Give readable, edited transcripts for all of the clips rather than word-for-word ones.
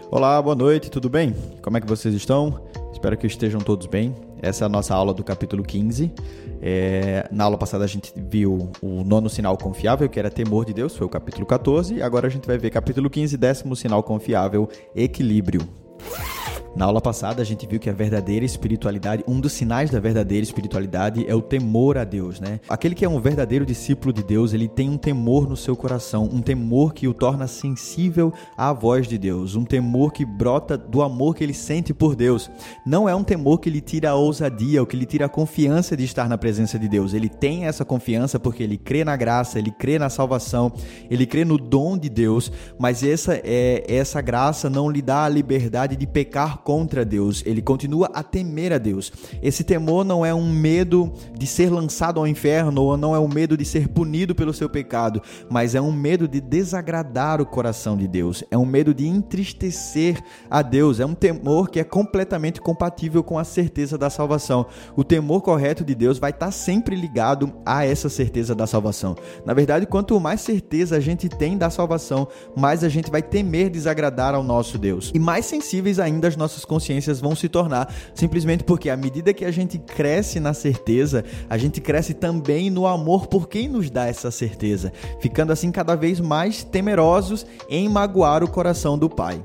Olá, boa noite, tudo bem? Como é que vocês estão? Espero que estejam todos bem. Essa é a nossa aula do capítulo 15. Na aula passada a gente viu o nono sinal confiável, que era temor de Deus, foi o capítulo 14. Agora a gente vai ver capítulo 15, décimo sinal confiável, equilíbrio. Na aula passada a gente viu que a verdadeira espiritualidade, um dos sinais da verdadeira espiritualidade é o temor a Deus, né? Aquele que é um verdadeiro discípulo de Deus, ele tem um temor no seu coração, um temor que o torna sensível à voz de Deus, um temor que brota do amor que ele sente por Deus. Não é um temor que lhe tira a ousadia ou que lhe tira a confiança de estar na presença de Deus. Ele tem essa confiança porque ele crê na graça, ele crê na salvação, ele crê no dom de Deus, mas essa graça não lhe dá a liberdade de pecar contra Deus, ele continua a temer a Deus. Esse temor não é um medo de ser lançado ao inferno, ou não é um medo de ser punido pelo seu pecado, mas é um medo de desagradar o coração de Deus, é um medo de entristecer a Deus, é um temor que é completamente compatível com a certeza da salvação. O temor correto de Deus vai estar sempre ligado a essa certeza da salvação. Na verdade, quanto mais certeza a gente tem da salvação, mais a gente vai temer desagradar ao nosso Deus. E mais sensíveis ainda as nossas consciências vão se tornar, simplesmente porque à medida que a gente cresce na certeza, a gente cresce também no amor por quem nos dá essa certeza, ficando assim cada vez mais temerosos em magoar o coração do Pai.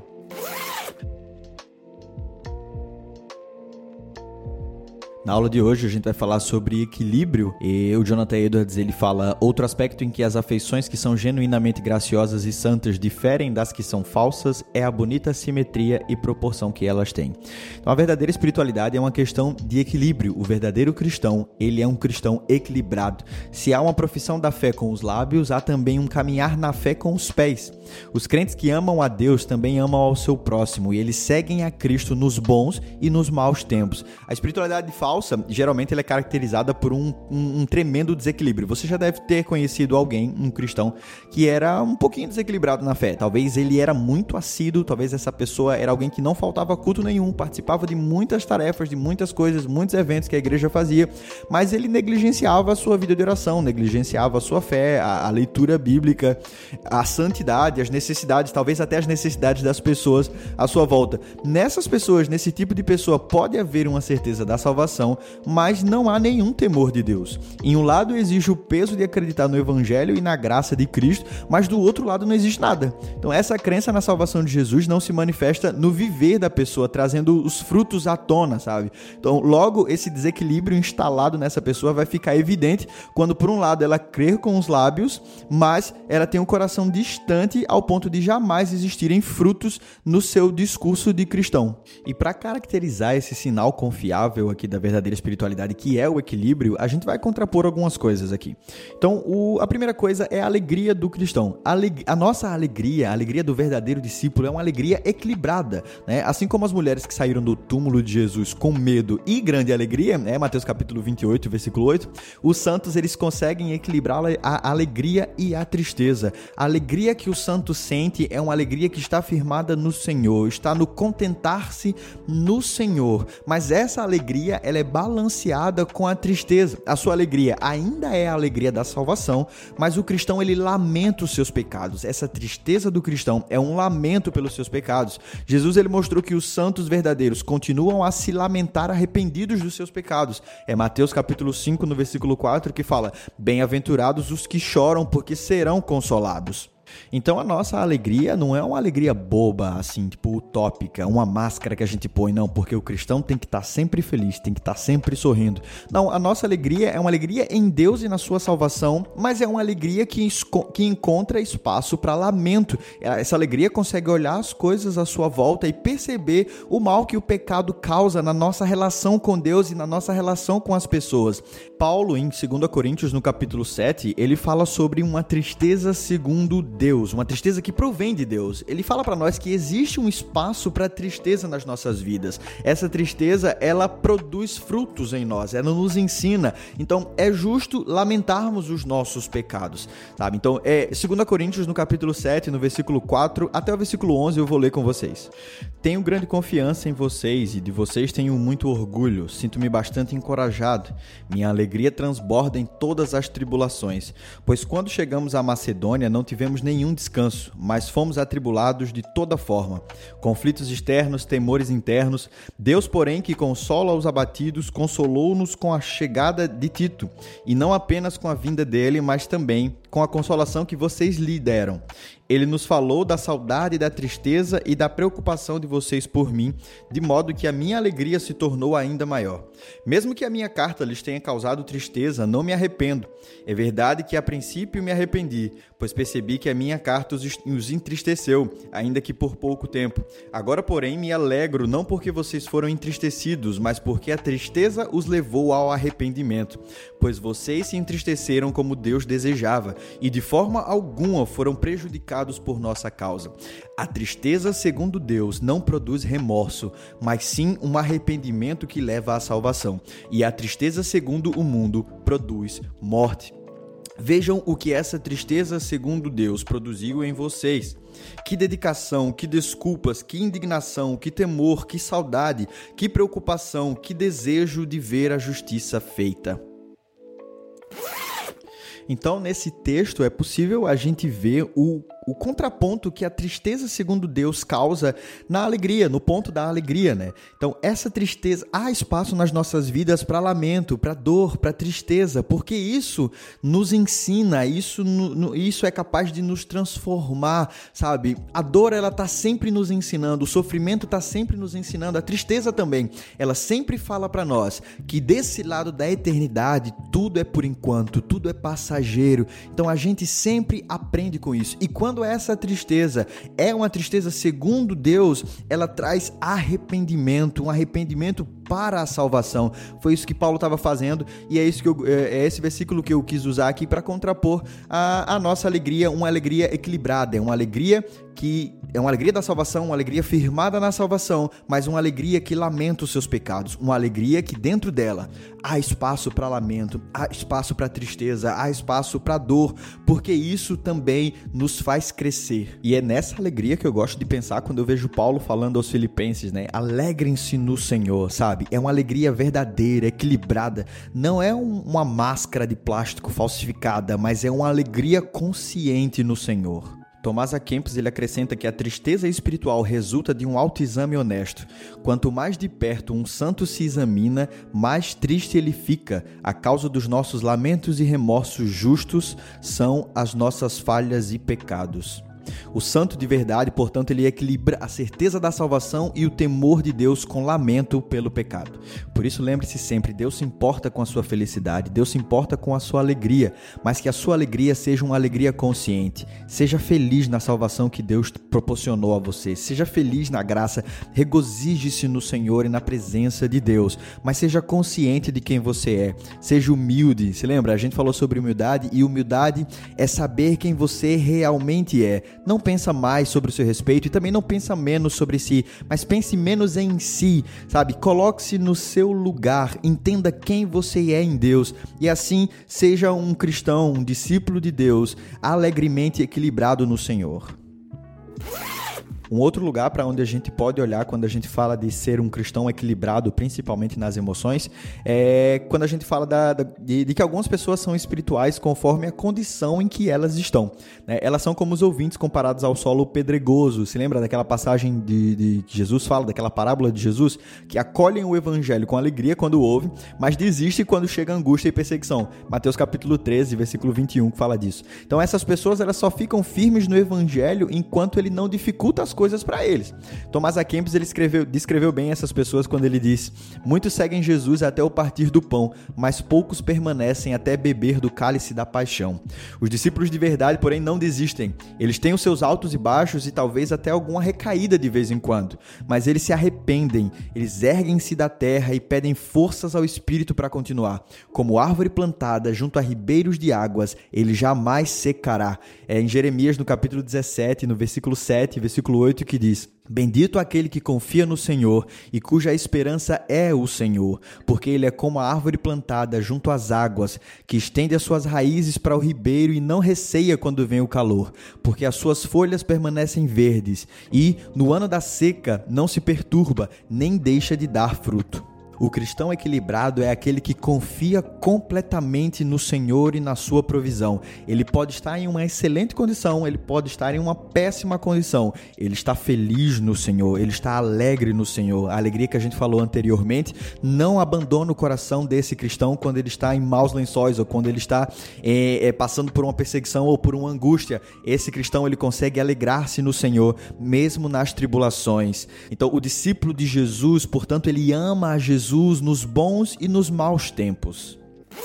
Na aula de hoje a gente vai falar sobre equilíbrio e o Jonathan Edwards ele fala outro aspecto em que as afeições que são genuinamente graciosas e santas diferem das que são falsas é a bonita simetria e proporção que elas têm. Então a verdadeira espiritualidade é uma questão de equilíbrio. O verdadeiro cristão, ele é um cristão equilibrado. Se há uma profissão da fé com os lábios, há também um caminhar na fé com os pés. Os crentes que amam a Deus também amam ao seu próximo e eles seguem a Cristo nos bons e nos maus tempos. A espiritualidade falsa, geralmente ela é caracterizada por um tremendo desequilíbrio. Você já deve ter conhecido alguém, um cristão, que era um pouquinho desequilibrado na fé. Talvez ele era muito assíduo, talvez essa pessoa era alguém que não faltava culto nenhum, participava de muitas tarefas, de muitas coisas, muitos eventos que a igreja fazia, mas ele negligenciava a sua vida de oração, negligenciava a sua fé, a leitura bíblica, a santidade, as necessidades, talvez até as necessidades das pessoas à sua volta. Nessas pessoas, nesse tipo de pessoa, pode haver uma certeza da salvação, mas não há nenhum temor de Deus. Em um lado existe o peso de acreditar no Evangelho e na graça de Cristo, mas do outro lado não existe nada. Então essa crença na salvação de Jesus não se manifesta no viver da pessoa, trazendo os frutos à tona, sabe? Então logo esse desequilíbrio instalado nessa pessoa vai ficar evidente quando por um lado ela crê com os lábios, mas ela tem um coração distante ao ponto de jamais existirem frutos no seu discurso de cristão. E para caracterizar esse sinal confiável aqui da verdadeira espiritualidade, que é o equilíbrio, a gente vai contrapor algumas coisas aqui. Então, a primeira coisa é a alegria do cristão. A nossa alegria, a alegria do verdadeiro discípulo é uma alegria equilibrada, né? Assim como as mulheres que saíram do túmulo de Jesus com medo e grande alegria, né? Mateus capítulo 28, versículo 8, os santos eles conseguem equilibrar a alegria e a tristeza. A alegria que o santo sente é uma alegria que está firmada no Senhor, está no contentar-se no Senhor, mas essa alegria ela é balanceada com a tristeza. A sua alegria ainda é a alegria da salvação, mas o cristão ele lamenta os seus pecados. Essa tristeza do cristão é um lamento pelos seus pecados. Jesus ele mostrou que os santos verdadeiros continuam a se lamentar arrependidos dos seus pecados. É Mateus capítulo 5 no versículo 4 que fala: bem-aventurados os que choram porque serão consolados. Então a nossa alegria não é uma alegria boba, assim, tipo utópica, uma máscara que a gente põe, não, porque o cristão tem que estar sempre feliz, tem que estar sempre sorrindo. Não, a nossa alegria é uma alegria em Deus e na sua salvação, mas é uma alegria que encontra espaço para lamento. Essa alegria consegue olhar as coisas à sua volta e perceber o mal que o pecado causa na nossa relação com Deus e na nossa relação com as pessoas. Paulo, em 2 Coríntios, no capítulo 7, ele fala sobre uma tristeza segundo Deus, uma tristeza que provém de Deus. Ele fala para nós que existe um espaço para tristeza nas nossas vidas. Essa tristeza, ela produz frutos em nós, ela nos ensina. Então, é justo lamentarmos os nossos pecados, sabe? Então, 2 Coríntios, no capítulo 7, no versículo 4, até o versículo 11, eu vou ler com vocês. Tenho grande confiança em vocês e de vocês tenho muito orgulho. Sinto-me bastante encorajado. Minha alegria transborda em todas as tribulações, pois quando chegamos à Macedônia, não tivemos nenhum descanso, mas fomos atribulados de toda forma. Conflitos externos, temores internos. Deus, porém, que consola os abatidos, consolou-nos com a chegada de Tito, e não apenas com a vinda dele, mas também com a consolação que vocês lhe deram. Ele nos falou da saudade, da tristeza e da preocupação de vocês por mim, de modo que a minha alegria se tornou ainda maior. Mesmo que a minha carta lhes tenha causado tristeza, não me arrependo. É verdade que a princípio me arrependi, pois percebi que a minha carta os entristeceu, ainda que por pouco tempo. Agora, porém, me alegro não porque vocês foram entristecidos, mas porque a tristeza os levou ao arrependimento, pois vocês se entristeceram como Deus desejava, e de forma alguma foram prejudicados por nossa causa. A tristeza, segundo Deus, não produz remorso, mas sim um arrependimento que leva à salvação. E a tristeza, segundo o mundo, produz morte. Vejam o que essa tristeza, segundo Deus, produziu em vocês. Que dedicação, que desculpas, que indignação, que temor, que saudade, que preocupação, que desejo de ver a justiça feita. Então, nesse texto, é possível a gente ver o contraponto que a tristeza, segundo Deus, causa na alegria, no ponto da alegria, né? Então, essa tristeza, há espaço nas nossas vidas para lamento, para dor, para tristeza, porque isso nos ensina, isso é capaz de nos transformar, sabe? A dor, ela tá sempre nos ensinando, o sofrimento tá sempre nos ensinando, a tristeza também, ela sempre fala para nós que desse lado da eternidade, tudo é por enquanto, tudo é passageiro. Então, a gente sempre aprende com isso. E quando essa tristeza é uma tristeza segundo Deus, ela traz arrependimento, um arrependimento para a salvação. Foi isso que Paulo estava fazendo, e é esse versículo que eu quis usar aqui para contrapor a nossa alegria, uma alegria equilibrada, é uma alegria da salvação, uma alegria firmada na salvação, mas uma alegria que lamenta os seus pecados, uma alegria que dentro dela há espaço para lamento, há espaço para tristeza, há espaço para dor, porque isso também nos faz crescer. E é nessa alegria que eu gosto de pensar quando eu vejo Paulo falando aos filipenses, né? Alegrem-se no Senhor, sabe? É uma alegria verdadeira, equilibrada, não é uma máscara de plástico falsificada, mas é uma alegria consciente no Senhor. Tomás A. Kempis, ele acrescenta que a tristeza espiritual resulta de um autoexame honesto. Quanto mais de perto um santo se examina, mais triste ele fica. A causa dos nossos lamentos e remorsos justos são as nossas falhas e pecados. O santo de verdade, portanto, ele equilibra a certeza da salvação e o temor de Deus com lamento pelo pecado. Por isso, lembre-se sempre, Deus se importa com a sua felicidade, Deus se importa com a sua alegria, mas que a sua alegria seja uma alegria consciente. Seja feliz na salvação que Deus proporcionou a você, seja feliz na graça, regozije-se no Senhor e na presença de Deus, mas seja consciente de quem você é, seja humilde. Se lembra? A gente falou sobre humildade, e humildade é saber quem você realmente é. Não pensa mais sobre o seu respeito e também não pensa menos sobre si, mas pense menos em si, sabe? Coloque-se no seu lugar, entenda quem você é em Deus e assim seja um cristão, um discípulo de Deus, alegremente equilibrado no Senhor. Um outro lugar para onde a gente pode olhar quando a gente fala de ser um cristão equilibrado, principalmente nas emoções, é quando a gente fala de que algumas pessoas são espirituais conforme a condição em que elas estão, né? Elas são como os ouvintes comparados ao solo pedregoso. Se lembra daquela passagem de que Jesus fala, daquela parábola de Jesus, que acolhem o evangelho com alegria quando ouvem, mas desistem quando chega angústia e perseguição. Mateus capítulo 13, versículo 21, que fala disso. Então essas pessoas, elas só ficam firmes no evangelho enquanto ele não dificulta as coisas para eles. Tomás A. Kempis, ele descreveu bem essas pessoas quando ele diz: muitos seguem Jesus até o partir do pão, mas poucos permanecem até beber do cálice da paixão. Os discípulos de verdade, porém, não desistem. Eles têm os seus altos e baixos e talvez até alguma recaída de vez em quando, mas eles se arrependem, eles erguem-se da terra e pedem forças ao Espírito para continuar. Como árvore plantada junto a ribeiros de águas, ele jamais secará. É em Jeremias, no capítulo 17, no versículo 7 e versículo 8, que diz: bendito aquele que confia no Senhor e cuja esperança é o Senhor, porque ele é como a árvore plantada junto às águas, que estende as suas raízes para o ribeiro e não receia quando vem o calor, porque as suas folhas permanecem verdes e, no ano da seca, não se perturba, nem deixa de dar fruto. O cristão equilibrado é aquele que confia completamente no Senhor e na sua provisão. Ele pode estar em uma excelente condição, ele pode estar em uma péssima condição. Ele está feliz no Senhor, ele está alegre no Senhor. A alegria que a gente falou anteriormente não abandona o coração desse cristão quando ele está em maus lençóis ou quando ele está passando por uma perseguição ou por uma angústia. Esse cristão ele consegue alegrar-se no Senhor, mesmo nas tribulações. Então, o discípulo de Jesus, portanto, ele ama a Jesus nos bons e nos maus tempos.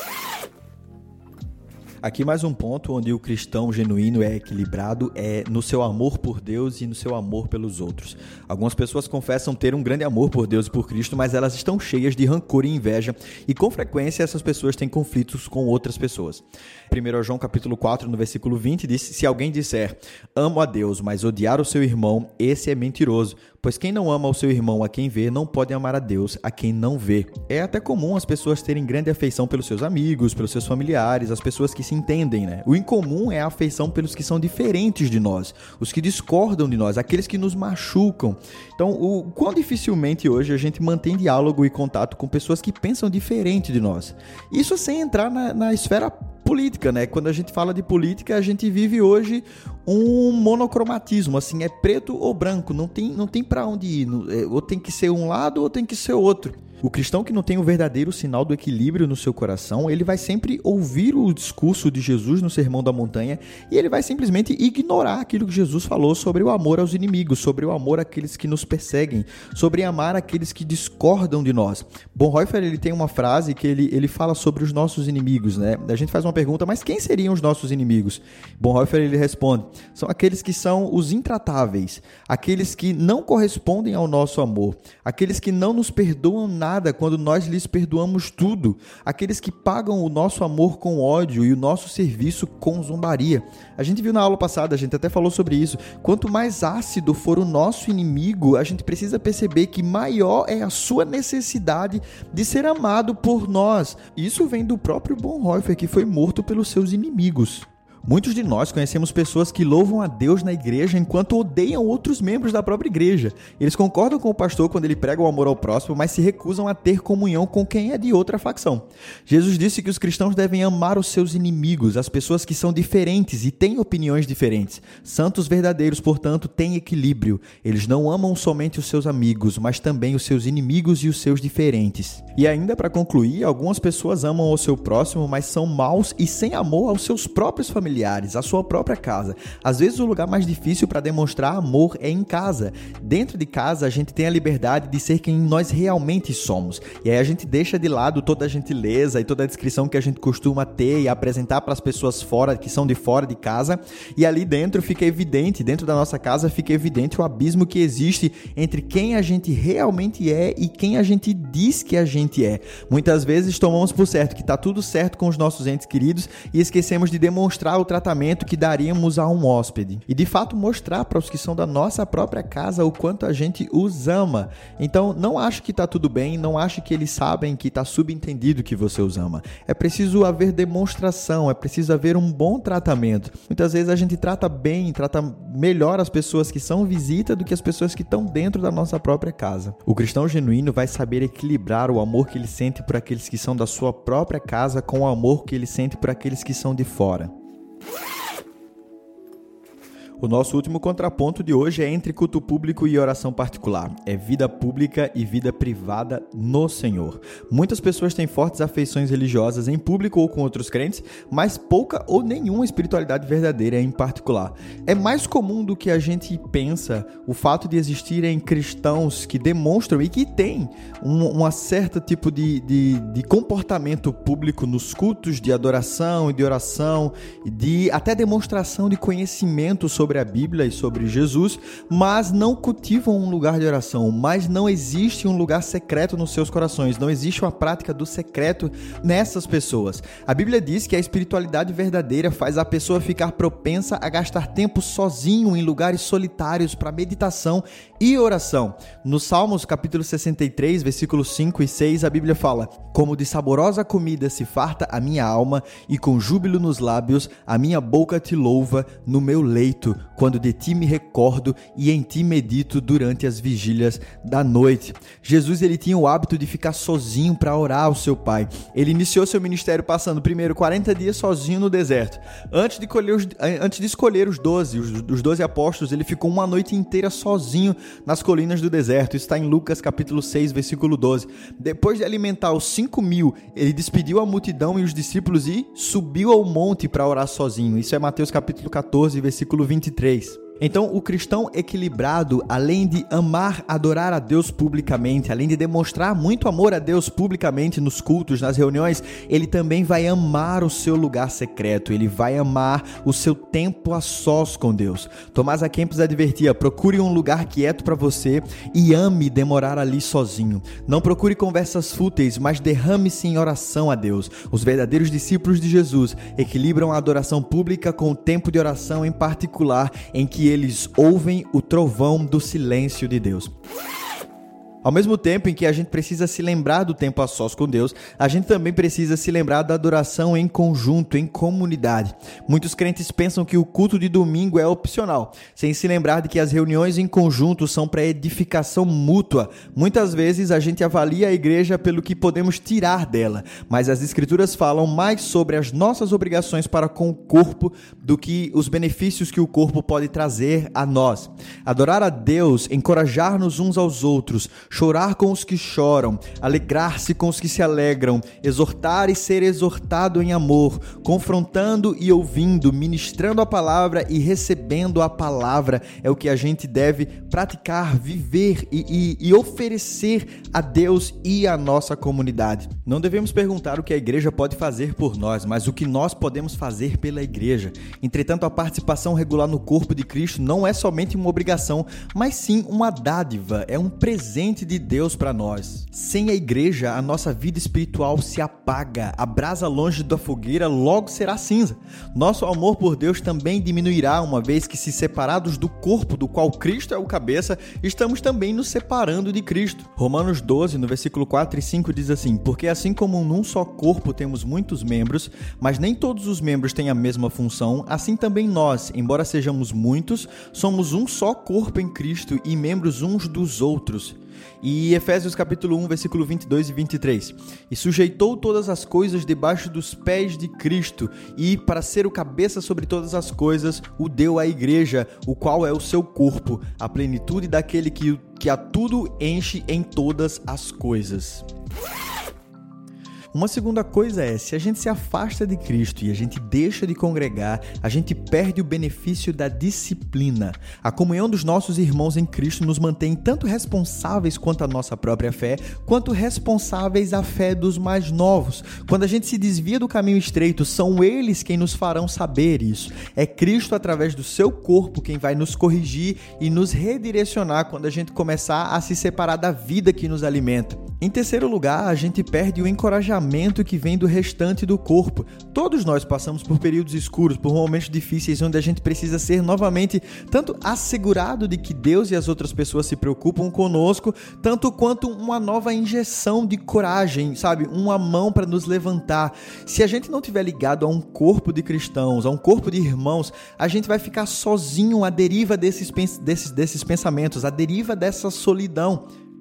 Aqui mais um ponto onde o cristão genuíno é equilibrado é no seu amor por Deus e no seu amor pelos outros. Algumas pessoas confessam ter um grande amor por Deus e por Cristo, mas elas estão cheias de rancor e inveja e com frequência essas pessoas têm conflitos com outras pessoas. 1 João capítulo 4, no versículo 20, diz: se alguém disser, amo a Deus, mas odiar o seu irmão, esse é mentiroso. Pois quem não ama o seu irmão a quem vê, não pode amar a Deus a quem não vê. É até comum as pessoas terem grande afeição pelos seus amigos, pelos seus familiares, as pessoas que se entendem, né? O incomum é a afeição pelos que são diferentes de nós, os que discordam de nós, aqueles que nos machucam. Então, o quão dificilmente hoje a gente mantém diálogo e contato com pessoas que pensam diferente de nós. Isso sem entrar na esfera política, né? Quando a gente fala de política, a gente vive hoje um monocromatismo, assim, é preto ou branco, não tem para onde ir, ou tem que ser um lado ou tem que ser outro. O cristão que não tem o verdadeiro sinal do equilíbrio no seu coração, ele vai sempre ouvir o discurso de Jesus no Sermão da Montanha e ele vai simplesmente ignorar aquilo que Jesus falou sobre o amor aos inimigos, sobre o amor àqueles que nos perseguem, sobre amar aqueles que discordam de nós. Bonhoeffer, ele tem uma frase que ele fala sobre os nossos inimigos, né? A gente faz uma pergunta, mas quem seriam os nossos inimigos? Bonhoeffer, ele responde, são aqueles que são os intratáveis, aqueles que não correspondem ao nosso amor, aqueles que não nos perdoam nada quando nós lhes perdoamos tudo, aqueles que pagam o nosso amor com ódio e o nosso serviço com zombaria. A gente viu na aula passada, a gente até falou sobre isso, quanto mais ácido for o nosso inimigo, a gente precisa perceber que maior é a sua necessidade de ser amado por nós. Isso vem do próprio Bonhoeffer, que foi morto pelos seus inimigos. Muitos de nós conhecemos pessoas que louvam a Deus na igreja enquanto odeiam outros membros da própria igreja. Eles concordam com o pastor quando ele prega o amor ao próximo, mas se recusam a ter comunhão com quem é de outra facção. Jesus disse que os cristãos devem amar os seus inimigos, as pessoas que são diferentes e têm opiniões diferentes. Santos verdadeiros, portanto, têm equilíbrio. Eles não amam somente os seus amigos, mas também os seus inimigos e os seus diferentes. E ainda para concluir, algumas pessoas amam o seu próximo, mas são maus e sem amor aos seus próprios familiares, a sua própria casa. Às vezes o lugar mais difícil para demonstrar amor é em casa. Dentro de casa a gente tem a liberdade de ser quem nós realmente somos. E aí a gente deixa de lado toda a gentileza e toda a descrição que a gente costuma ter e apresentar para as pessoas fora, que são de fora de casa. E ali dentro fica evidente, dentro da nossa casa fica evidente o abismo que existe entre quem a gente realmente é e quem a gente diz que a gente é. Muitas vezes tomamos por certo que está tudo certo com os nossos entes queridos e esquecemos de demonstrar o tratamento que daríamos a um hóspede e de fato mostrar para os que são da nossa própria casa o quanto a gente os ama. Então não ache que está tudo bem, não ache que eles sabem que está subentendido que você os ama. É preciso haver demonstração, é preciso haver um bom tratamento. Muitas vezes a gente trata bem, trata melhor as pessoas que são visita do que as pessoas que estão dentro da nossa própria casa. O cristão genuíno vai saber equilibrar o amor que ele sente por aqueles que são da sua própria casa com o amor que ele sente por aqueles que são de fora. O nosso último contraponto de hoje é entre culto público e oração particular. É vida pública e vida privada no Senhor. Muitas pessoas têm fortes afeições religiosas em público ou com outros crentes, mas pouca ou nenhuma espiritualidade verdadeira em particular. É mais comum do que a gente pensa o fato de existirem cristãos que demonstram e que têm um certo tipo de comportamento público nos cultos de adoração e de oração, de até demonstração de conhecimento sobre a Bíblia e sobre Jesus, mas não cultivam um lugar de oração, mas não existe um lugar secreto nos seus corações, não existe uma prática do secreto nessas pessoas. A Bíblia diz que a espiritualidade verdadeira faz a pessoa ficar propensa a gastar tempo sozinho em lugares solitários para meditação e oração. No Salmos capítulo 63, versículos 5 e 6, a Bíblia fala: como de saborosa comida se farta a minha alma e com júbilo nos lábios a minha boca te louva no meu leito. quando de ti me recordo e em ti medito durante as vigílias da noite. Jesus, ele tinha o hábito de ficar sozinho para orar ao seu Pai. Ele iniciou seu ministério passando primeiro 40 dias sozinho no deserto. Antes de escolher os 12 apóstolos, ele ficou uma noite inteira sozinho nas colinas do deserto. Isso está em Lucas capítulo 6, versículo 12. Depois de alimentar os 5.000, ele despediu a multidão e os discípulos e subiu ao monte para orar sozinho. Isso é Mateus capítulo 14, versículo 23. Então, o cristão equilibrado, além de amar, adorar a Deus publicamente, além de demonstrar muito amor a Deus publicamente nos cultos, nas reuniões, ele também vai amar o seu lugar secreto, ele vai amar o seu tempo a sós com Deus. Tomás A. Kempis advertia: procure um lugar quieto para você e ame demorar ali sozinho. Não procure conversas fúteis, mas derrame-se em oração a Deus. Os verdadeiros discípulos de Jesus equilibram a adoração pública com o tempo de oração em particular, em que eles ouvem o trovão do silêncio de Deus. Ao mesmo tempo em que a gente precisa se lembrar do tempo a sós com Deus, a gente também precisa se lembrar da adoração em conjunto, em comunidade. Muitos crentes pensam que o culto de domingo é opcional, sem se lembrar de que as reuniões em conjunto são para edificação mútua. Muitas vezes a gente avalia a igreja pelo que podemos tirar dela, mas as Escrituras falam mais sobre as nossas obrigações para com o corpo do que os benefícios que o corpo pode trazer a nós. Adorar a Deus, encorajar-nos uns aos outros, chorar com os que choram, alegrar-se com os que se alegram, exortar e ser exortado em amor, confrontando e ouvindo, ministrando a palavra e recebendo a palavra, é o que a gente deve praticar, viver e oferecer a Deus e à nossa comunidade. Não devemos perguntar o que a igreja pode fazer por nós, mas o que nós podemos fazer pela igreja. Entretanto, a participação regular no corpo de Cristo não é somente uma obrigação, mas sim uma dádiva, é um presente de Deus para nós. Sem a igreja, a nossa vida espiritual se apaga, a brasa longe da fogueira logo será cinza. Nosso amor por Deus também diminuirá, uma vez que, se separados do corpo do qual Cristo é o cabeça, estamos também nos separando de Cristo. Romanos 12, no versículo 4 e 5 diz assim: porque assim como num só corpo temos muitos membros, mas nem todos os membros têm a mesma função, assim também nós, embora sejamos muitos, somos um só corpo em Cristo e membros uns dos outros. E Efésios capítulo 1, versículo 22 e 23. E sujeitou todas as coisas debaixo dos pés de Cristo, e, para ser o cabeça sobre todas as coisas, o deu à igreja, o qual é o seu corpo, a plenitude daquele que a tudo enche em todas as coisas. Uma segunda coisa é, se a gente se afasta de Cristo e a gente deixa de congregar, a gente perde o benefício da disciplina. A comunhão dos nossos irmãos em Cristo nos mantém tanto responsáveis quanto à nossa própria fé, quanto responsáveis à fé dos mais novos. Quando a gente se desvia do caminho estreito, são eles quem nos farão saber isso. É Cristo, através do seu corpo, quem vai nos corrigir e nos redirecionar quando a gente começar a se separar da vida que nos alimenta. Em terceiro lugar, a gente perde o encorajamento que vem do restante do corpo. Todos nós passamos por períodos escuros, por momentos difíceis, onde a gente precisa ser novamente tanto assegurado de que Deus e as outras pessoas se preocupam conosco, tanto quanto uma nova injeção de coragem, sabe? Uma mão para nos levantar. Se a gente não estiver ligado a um corpo de cristãos, a um corpo de irmãos, a gente vai ficar sozinho à deriva desses pensamentos, à deriva dessa solidão.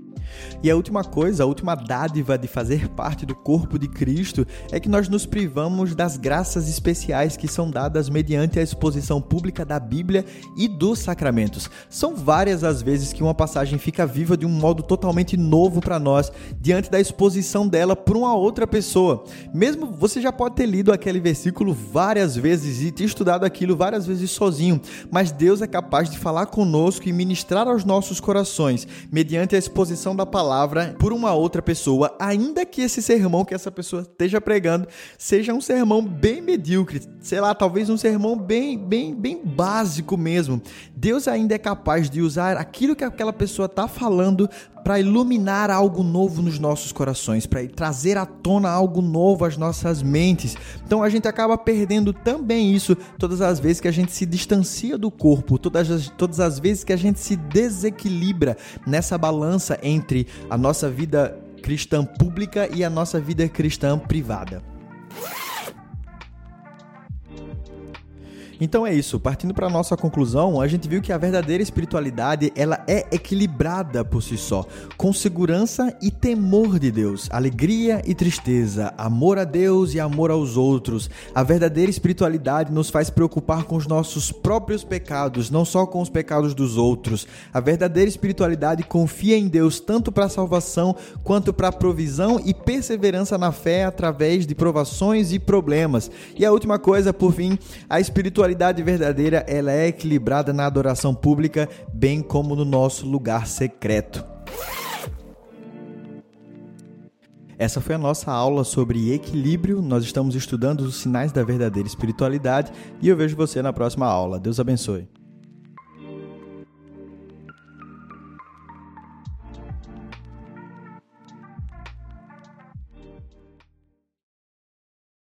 E a última coisa, a última dádiva de fazer parte do corpo de Cristo é que nós nos privamos das graças especiais que são dadas mediante a exposição pública da Bíblia e dos sacramentos. São várias as vezes que uma passagem fica viva de um modo totalmente novo para nós, diante da exposição dela por uma outra pessoa. Mesmo você já pode ter lido aquele versículo várias vezes e ter estudado aquilo várias vezes sozinho, mas Deus é capaz de falar conosco e ministrar aos nossos corações, mediante a exposição da palavra por uma outra pessoa, ainda que esse sermão que essa pessoa esteja pregando seja um sermão bem medíocre, sei lá, talvez um sermão bem básico mesmo. Deus ainda é capaz de usar aquilo que aquela pessoa está falando para iluminar algo novo nos nossos corações, para trazer à tona algo novo às nossas mentes. Então a gente acaba perdendo também isso todas as vezes que a gente se distancia do corpo, todas as vezes que a gente se desequilibra nessa balança entre a nossa vida cristã pública e a nossa vida cristã privada. Então é isso, partindo para a nossa conclusão, a gente viu que a verdadeira espiritualidade, ela é equilibrada por si só, com segurança e temor de Deus, alegria e tristeza, amor a Deus e amor aos outros. A verdadeira espiritualidade nos faz preocupar com os nossos próprios pecados, não só com os pecados dos outros. A verdadeira espiritualidade confia em Deus tanto para a salvação quanto para a provisão e perseverança na fé através de provações e problemas. E a última coisa, por fim, a espiritualidade verdadeira, ela é equilibrada na adoração pública, bem como no nosso lugar secreto. Essa foi a nossa aula sobre equilíbrio. Nós estamos estudando os sinais da verdadeira espiritualidade e eu vejo você na próxima aula. Deus abençoe.